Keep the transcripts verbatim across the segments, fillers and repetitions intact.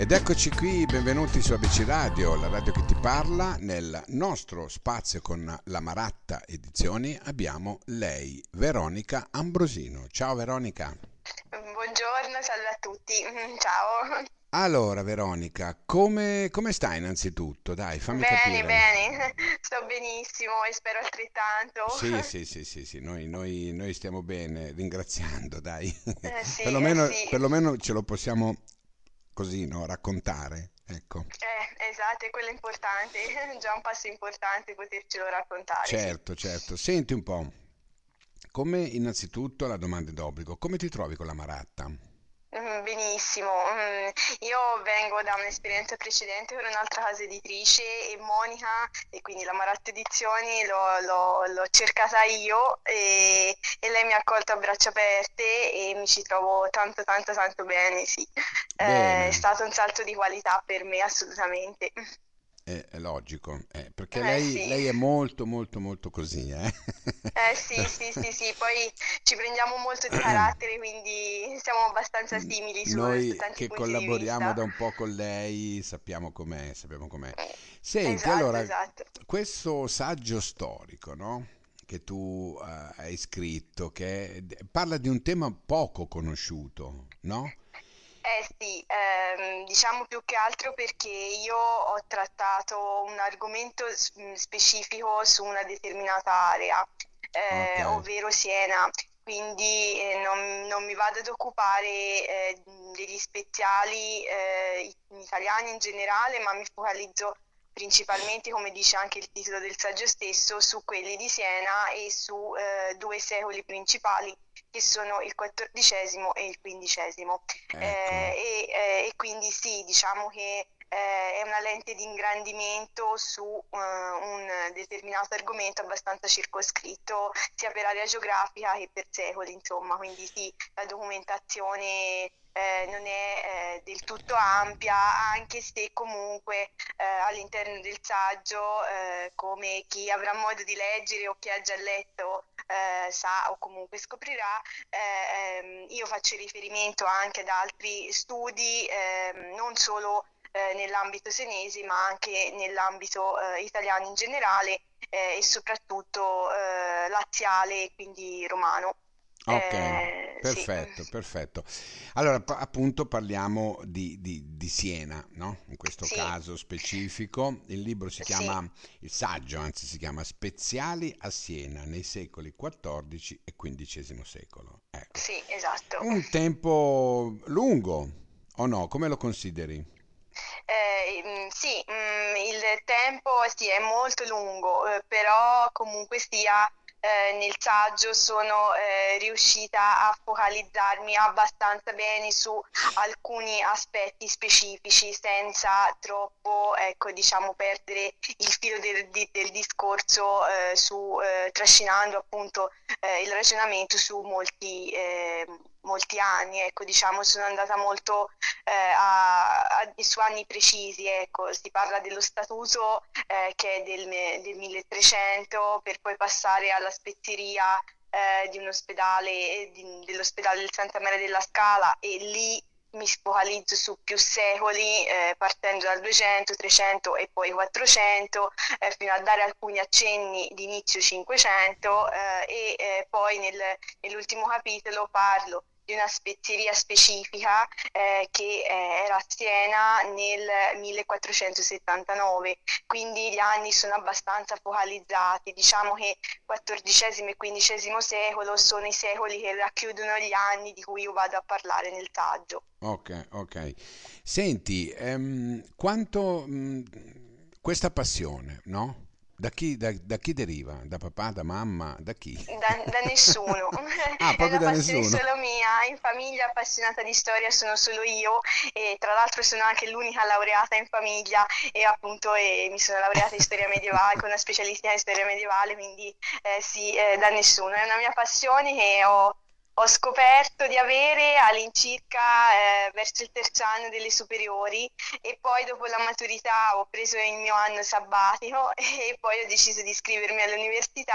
Ed eccoci qui, benvenuti su A B C Radio, la radio che ti parla. Nel nostro spazio con la Maratta Edizioni abbiamo lei, Veronica Ambrosino. Ciao Veronica. Buongiorno, salve a tutti. Ciao. Allora Veronica, come, come stai innanzitutto? Dai, fammi Bene, capire. bene, sto benissimo e spero altrettanto. Sì, sì, sì, sì, sì, noi, noi- noi stiamo bene, ringraziando, dai. Eh sì, eh Perlomeno, sì, perlomeno ce lo possiamo così, no, raccontare. Ecco. eh, esatto, è quello importante, già un passo importante potercelo raccontare, sì. Certo, certo. Senti un po', come innanzitutto la domanda d'obbligo, come ti trovi con la Maratta? Mm, Benissimo. Mm, Io vengo da un'esperienza precedente con un'altra casa editrice e Monica, e quindi la Maratti Edizioni, l'ho l'ho- l'ho cercata io e, e lei mi ha accolto a braccia aperte e mi ci trovo tanto tanto tanto bene, sì. Eh, è Bene, stato un salto di qualità per me, assolutamente. è, è logico, eh, perché Eh lei, sì. lei è molto, molto, molto così, eh? Eh sì, sì, sì, sì, poi ci prendiamo molto di carattere, quindi siamo abbastanza simili su, su Noi tanti che punti di collaboriamo vista. da un po' con lei sappiamo com'è, sappiamo com'è. Mm, Senti, Esatto, allora, esatto. questo saggio storico, no? Che tu eh, hai scritto, che parla di un tema poco conosciuto, no? Eh sì, ehm, diciamo più che altro perché io ho trattato un argomento s- mh, specifico su una determinata area, Ok, eh, ovvero Siena, quindi eh, non, non mi vado ad occupare eh, degli speziali eh, italiani in generale, ma mi focalizzo principalmente, come dice anche il titolo del saggio stesso, su quelli di Siena e su eh, due secoli principali che sono il quattordicesimo e il quindicesimo. ecco. Eh, e, eh, e quindi sì, diciamo che eh, è una lente di ingrandimento su eh, un determinato argomento abbastanza circoscritto sia per area geografica che per secoli, insomma, quindi sì, la documentazione eh, non è eh, del tutto ampia, anche se comunque eh, all'interno del saggio, eh, come chi avrà modo di leggere o chi ha già letto eh, sa o comunque scoprirà, eh, ehm, io faccio riferimento anche ad altri studi, ehm, non solo eh, nell'ambito senese, ma anche nell'ambito eh, italiano in generale eh, e soprattutto eh, laziale, quindi romano. Ok, Eh, sì, perfetto, perfetto. Allora, pa- appunto parliamo di, di- di Siena, no? In questo sì, caso specifico. Il libro si sì, chiama, il saggio anzi si chiama Speziali a Siena nei secoli quattordici e quindicesimo secolo. Ecco, sì, esatto. un tempo lungo, o no? Come lo consideri? Eh, mm, sì, mm, il tempo sì, è molto lungo, eh, però comunque sia eh, nel saggio sono eh, riuscita a focalizzarmi abbastanza bene su alcuni aspetti specifici senza troppo, ecco, diciamo, perdere il filo del, di- del discorso eh, su, eh, trascinando appunto eh, il ragionamento su molti, eh, molti anni, ecco, diciamo, sono andata molto eh, a, a- su anni precisi, ecco, si parla dello statuto eh, che è del, del milletrecento per poi passare alla spezieria eh, di un ospedale, eh, di- dell'ospedale del Santa Maria della Scala e lì mi focalizzo su più secoli, eh, partendo dal duecento, trecento e poi quattrocento, eh, fino a dare alcuni accenni di inizio cinquecento eh, e eh, poi nel- nell'ultimo capitolo parlo di una spezieria specifica eh, che eh, era a Siena nel millequattrocentosettantanove, quindi gli anni sono abbastanza focalizzati, diciamo che quattordicesimo e quindicesimo secolo sono i secoli che racchiudono gli anni di cui io vado a parlare nel saggio. Ok, ok. Senti, ehm, quanto mh, questa passione, no? Da chi, da, da chi deriva? Da papà, da mamma, da chi? Da, da nessuno, Ah, è proprio una da passione nessuno. solo mia, in famiglia appassionata di storia sono solo io e tra l'altro sono anche l'unica laureata in famiglia e appunto eh, mi sono laureata in storia medievale con una specialistica in storia medievale, quindi eh, sì, eh, da nessuno, è una mia passione che ho, ho scoperto di avere all'incirca eh, verso il terzo anno delle superiori e poi dopo la maturità ho preso il mio anno sabbatico e poi ho deciso di iscrivermi all'università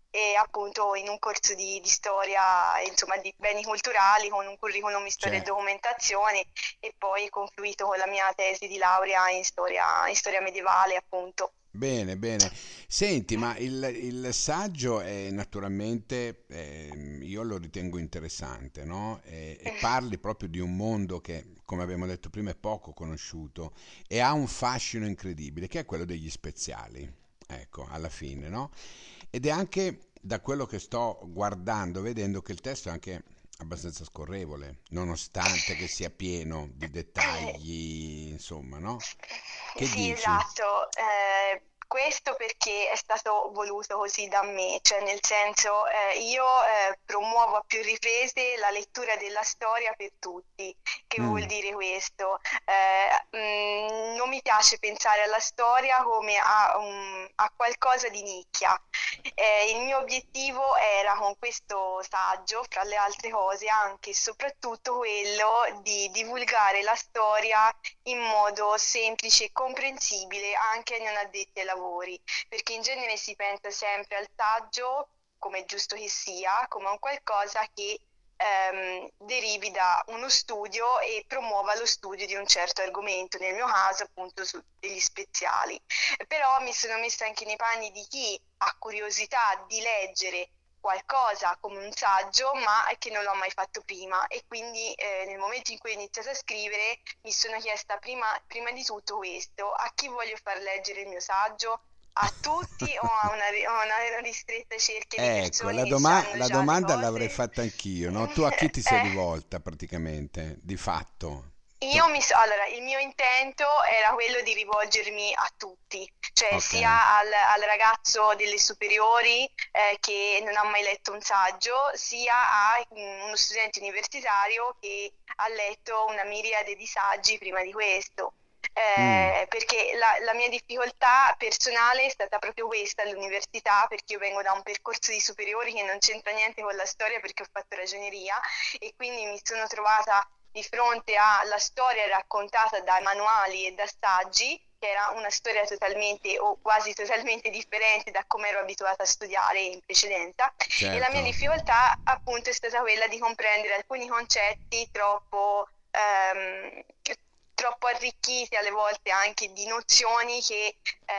e appunto in un corso di, di storia, insomma, di beni culturali con un curriculum in storia e Cioè, documentazione e poi concluito con la mia tesi di laurea in storia, in storia medievale, appunto. bene, bene. Senti, ma il, il saggio è naturalmente, ehm, io lo ritengo interessante, no? E, e parli proprio di un mondo che, come abbiamo detto prima, è poco conosciuto e ha un fascino incredibile, che è quello degli speziali. Ecco, alla fine, no? Ed è anche da quello che sto guardando, vedendo che il testo è anche abbastanza scorrevole, nonostante che sia pieno di dettagli, insomma, no? Che Sì, dici? esatto. Eh, questo perché è stato voluto così da me, cioè nel senso eh, io eh, promuovo a più riprese la lettura della storia per tutti. Che vuol Mm, dire questo? Eh, mh, non mi piace pensare alla storia come a, un- a qualcosa di nicchia. Eh, il mio obiettivo era con questo saggio, fra le altre cose, anche e soprattutto quello di divulgare la storia in modo semplice e comprensibile anche ai non addetti ai lavori, perché in genere si pensa sempre al saggio, come è giusto che sia, come a un qualcosa che ehm, derivi da uno studio e promuova lo studio di un certo argomento, nel mio caso appunto su degli speziali. Però mi sono messa anche nei panni di chi ha curiosità di leggere qualcosa come un saggio, ma che non l'ho mai fatto prima e quindi eh, nel momento in cui ho iniziato a scrivere mi sono chiesta prima, prima di tutto questo, a chi voglio far leggere il mio saggio? A tutti o a una, a una ristretta cerchia di ecco, persone la, che doma- sanno la già le domanda l'avrei cose? fatta anch'io, no? Tu a chi ti sei Eh, rivolta praticamente, di fatto? Io Tu- mi, so- allora, il mio intento era quello di rivolgermi a tutti, cioè ok. sia al, al ragazzo delle superiori eh, che non ha mai letto un saggio, sia a mm, uno studente universitario che ha letto una miriade di saggi prima di questo. Mm, Eh, perché la, la mia difficoltà personale è stata proprio questa all'università, perché io vengo da un percorso di superiori che non c'entra niente con la storia perché ho fatto ragioneria e quindi mi sono trovata di fronte alla storia raccontata da manuali e da saggi, che era una storia totalmente o quasi totalmente differente da come ero abituata a studiare in precedenza, e la mia certo. difficoltà appunto è stata quella di comprendere alcuni concetti troppo, ehm, troppo arricchiti alle volte anche di nozioni che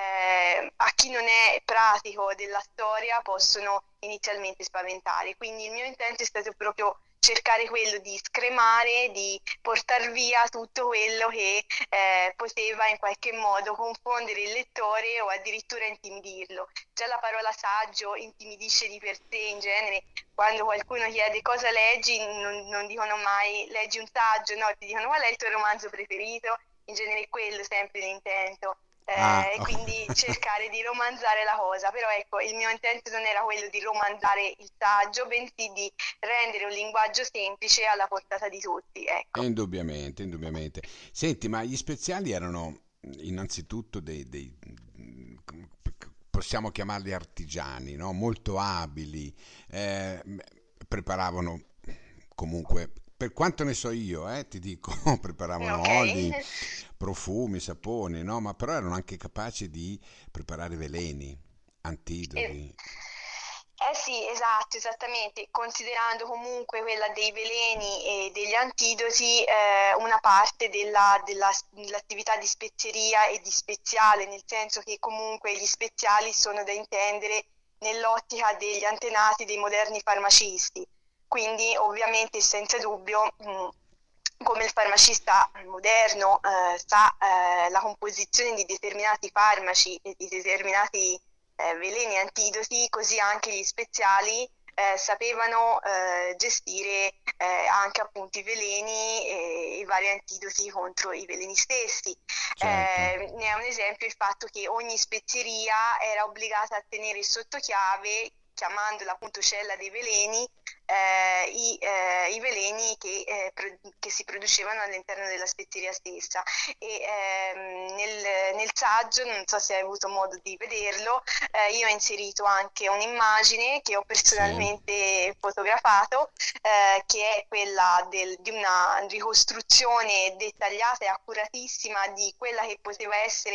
eh, a chi non è pratico della storia possono inizialmente spaventare. Quindi il mio intento è stato proprio cercare quello di scremare, di portare via tutto quello che eh, poteva in qualche modo confondere il lettore o addirittura intimidirlo. Già la parola saggio intimidisce di per sé in genere. Quando qualcuno chiede cosa leggi, non, non dicono mai leggi un saggio, no, ti dicono qual è il tuo romanzo preferito, in genere è quello sempre l'intento. Ah, Eh, e oh. quindi cercare di romanzare la cosa, però ecco, il mio intento non era quello di romanzare il saggio, bensì di rendere un linguaggio semplice alla portata di tutti, ecco. Indubbiamente, indubbiamente. Senti, ma gli speziali erano innanzitutto dei, dei- possiamo chiamarli artigiani, no? Molto abili, eh, preparavano comunque, per quanto ne so io, eh, ti dico, preparavano Ok? oli, profumi, saponi, no? Ma però erano anche capaci di preparare veleni, Eh, antidoti. eh sì, esatto, esattamente, considerando comunque quella dei veleni e degli antidoti eh, una parte della- della- dell'attività di spezieria e di speziale, nel senso che comunque gli speziali sono da intendere nell'ottica degli antenati dei moderni farmacisti. Quindi ovviamente senza dubbio, mh, come il farmacista moderno eh, sa eh, la composizione di determinati farmaci e di determinati eh, veleni e antidoti, così anche gli speziali eh, sapevano eh, gestire eh, anche appunto i veleni e i vari antidoti contro i veleni stessi. Certo. Eh, ne è un esempio il fatto che ogni spezieria era obbligata a tenere sotto chiave, chiamandola appunto cella dei veleni, eh, i, eh, i veleni che, eh, pro- che si producevano all'interno della spezieria stessa. E ehm, nel, nel saggio, non so se hai avuto modo di vederlo, eh, io ho inserito anche un'immagine che ho Sì. personalmente fotografato, eh, che è quella del- di una ricostruzione dettagliata e accuratissima di quella che poteva essere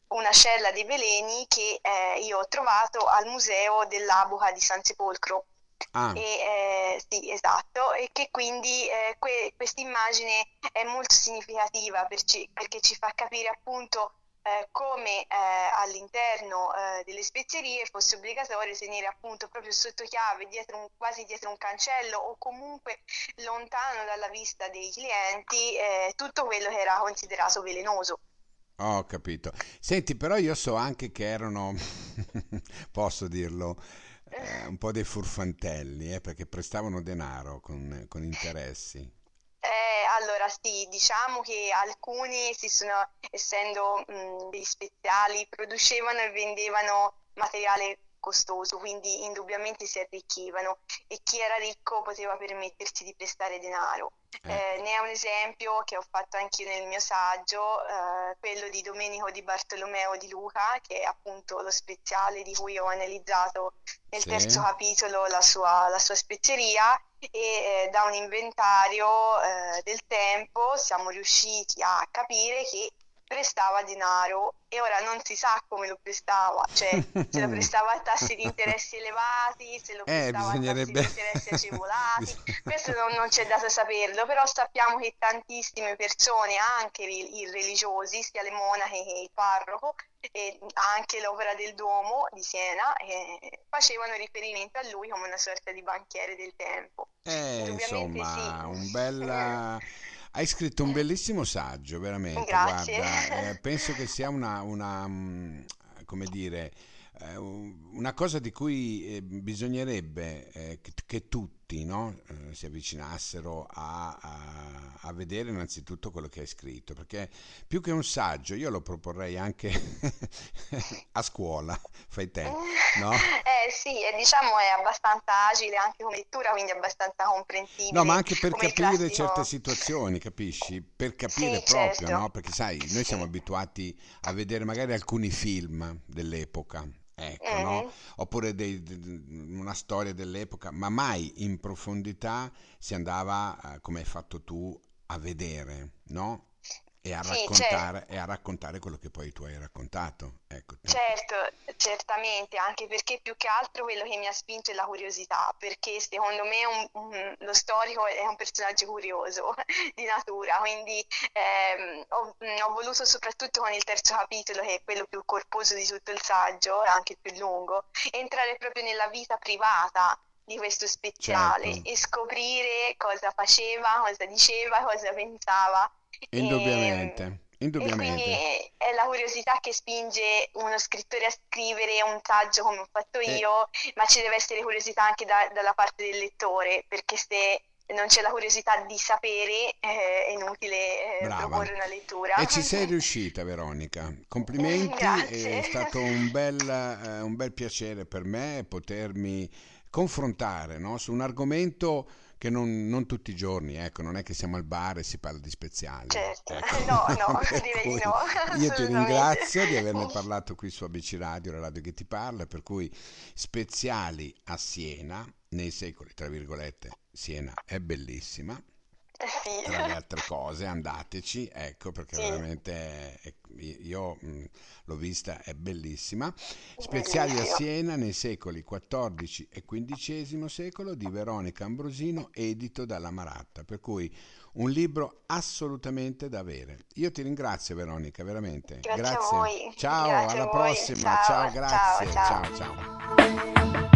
una cella dei veleni che eh, io ho trovato al museo dell'Abuca di San Sepolcro. Ah, E, eh, sì, esatto, e che quindi eh, questa immagine è molto significativa perci- perché ci fa capire appunto eh, come eh, all'interno eh, delle spezierie fosse obbligatorio tenere appunto proprio sotto chiave, dietro un- quasi dietro un cancello o comunque lontano dalla vista dei clienti, eh, tutto quello che era considerato velenoso. ho capito. Senti, però io so anche che erano, posso dirlo, eh, un po' dei furfantelli, eh, perché prestavano denaro con, con interessi. Eh, allora sì, diciamo che alcuni si sono, essendo mh, degli speziali, producevano e vendevano materiale costoso, quindi indubbiamente si arricchivano e chi era ricco poteva permettersi di prestare denaro. Eh, Eh, ne è un esempio che ho fatto anche io nel mio saggio, eh, quello di Domenico di Bartolomeo di Luca, che è appunto lo speziale di cui ho analizzato nel terzo sì? capitolo la sua, la sua spezieria e eh, da un inventario eh, del tempo siamo riusciti a capire che prestava denaro e ora non si sa come lo prestava, cioè se lo prestava a tassi di interessi elevati, se lo Eh, prestava a tassi bisognerebbe... di interessi agevolati, bis- questo non, non c'è dato saperlo, però sappiamo che tantissime persone, anche i, i religiosi, sia le monache che il parroco, e anche l'opera del Duomo di Siena, eh, facevano riferimento a lui come una sorta di banchiere del tempo. Eh, Indubbiamente sì. insomma, un bel... Hai scritto un bellissimo saggio, veramente, Grazie. guarda, eh, penso che sia una, una, mm, come dire, eh, un- una cosa di cui eh, bisognerebbe eh, che, che tutti, no, eh, si avvicinassero a, a- a vedere innanzitutto quello che hai scritto, perché più che un saggio io lo proporrei anche a scuola, fai te, no? Eh sì, e diciamo è abbastanza agile anche come lettura, quindi abbastanza No, ma comprensibile anche per come il capire certe classico. situazioni, capisci? Per capire Sì, proprio, certo. no? Perché sai, noi siamo Sì. abituati a vedere magari alcuni film dell'epoca, ecco, no? Mhm. Oppure dei- de- una storia dell'epoca, ma mai in profondità si andava, eh, come hai fatto tu, a vedere, no? E a Sì, c'è. raccontare, e a raccontare quello che poi tu hai raccontato. Ecco, te- Certo, certamente, anche perché più che altro quello che mi ha spinto è la curiosità, perché secondo me un- un- lo storico è un personaggio curioso di natura, quindi ehm, ho, ho voluto soprattutto con il terzo capitolo, che è quello più corposo di tutto il saggio, anche il più lungo, entrare proprio nella vita privata di questo speziale certo, e scoprire cosa faceva, cosa diceva, cosa pensava. E, indubbiamente, e quindi indubbiamente. è la curiosità che spinge uno scrittore a scrivere un saggio come ho fatto E, io, ma ci deve essere curiosità anche da- dalla parte del lettore, perché se non c'è la curiosità di sapere, eh, è inutile, eh, brava. proporre una lettura. E ci sei riuscita, Veronica. Complimenti, è Grazie. stato un bel, eh, un bel piacere per me potermi confrontare, no, su un argomento che non, non tutti i giorni, ecco, non è che siamo al bar e si parla di speziali. Certo, Ecco, no, no, per direi di cui no, io ti assolutamente. ringrazio di averne parlato qui su A B C Radio, la radio che ti parla, per cui speziali a Siena, nei secoli, tra virgolette, Siena è bellissima, Eh sì, tra le altre cose, andateci, ecco, perché sì, veramente è- io mh, l'ho vista, è bellissima. Speziali a bellissimo. Siena nei secoli quattordicesimo e quindicesimo secolo di Veronica Ambrosino, edito dalla Maratta, per cui un libro assolutamente da avere. Io ti ringrazio Veronica, veramente. Grazie a Grazie. voi, Ciao, grazie a alla voi. prossima. Ciao, Ciao, ciao, grazie. Ciao, ciao. ciao.